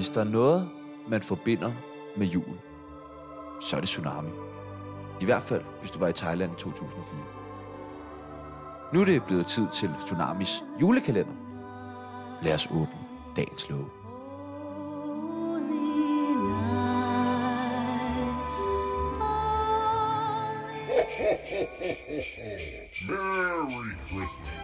Hvis der er noget, man forbinder med jul, så er det tsunami. I hvert fald, hvis du var i Thailand i 2004. Nu er det blevet tid til Tsunamis julekalender. Lad os åbne dagens låge. Merry Christmas.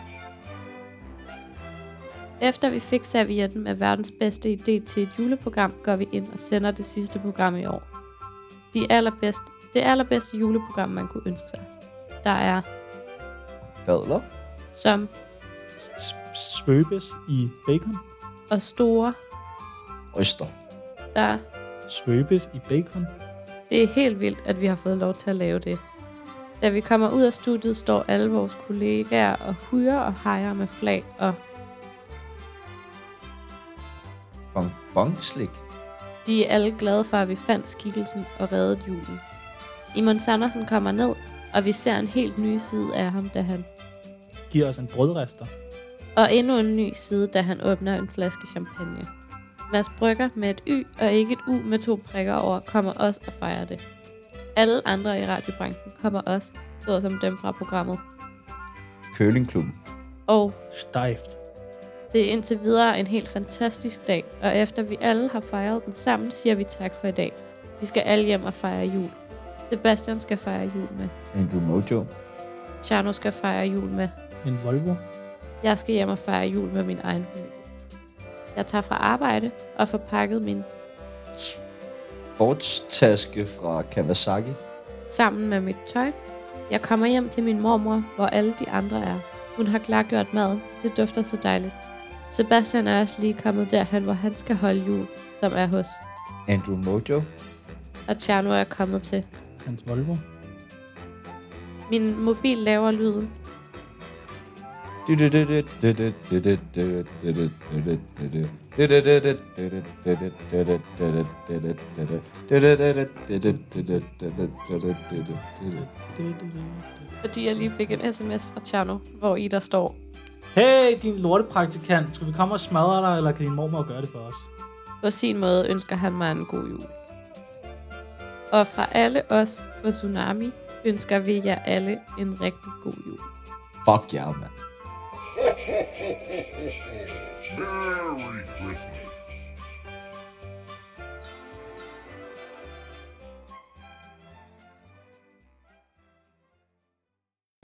Efter vi fik servietten med verdens bedste idé til et juleprogram, går vi ind og sender det sidste program i år. Det allerbedste juleprogram, man kunne ønske sig. Der er Dadler. som Svøbes i bacon. og store, Øster. der Svøbes i bacon. det er helt vildt, at vi har fået lov til at lave det. Da vi kommer ud af studiet, står alle vores kollegaer og hyrer og hejer med flag og Bonbonslik. de er alle glade for, at vi fandt skikkelsen og reddede julen. Imons Andersen kommer ned, og vi ser en helt ny side af ham, da han... Giver os en brødrester. Og endnu en ny side, da han åbner en flaske champagne. Mads Brygger med et Y og ikke et U med 2 prikker over, kommer også og fejrer det. Alle andre i radiobranchen kommer også, såsom dem fra programmet. Curlingklubben. Og Stejft. det er indtil videre en helt fantastisk dag, og efter vi alle har fejret den sammen, siger vi tak for i dag. Vi skal alle hjem og fejre jul. Sebastian skal fejre jul med. Andrew Mojo. Tjerno skal fejre jul med. En Volvo. Jeg skal hjem og fejre jul med min egen familie. Jeg tager fra arbejde og får pakket min Sportstaske fra Kawasaki. sammen med mit tøj. Jeg kommer hjem til min mormor, hvor alle de andre er. Hun har klargjort maden. Det dufter så dejligt. Sebastian er også lige kommet derhen, hvor han skal holde jul, som er hos. Andrew Mojo. Og Tjerno er kommet til. Hans Volvo. Min mobil laver lyden. Fordi jeg lige fik en sms fra Tjerno, hvor i der står: Hey, din lortepraktikant. Skal vi komme og smadre dig, eller kan din mormor gøre det for os? På sin måde ønsker han mig en god jul. Og fra alle os på Tsunami ønsker vi jer alle en rigtig god jul. Fuck jer, mand. Merry Christmas.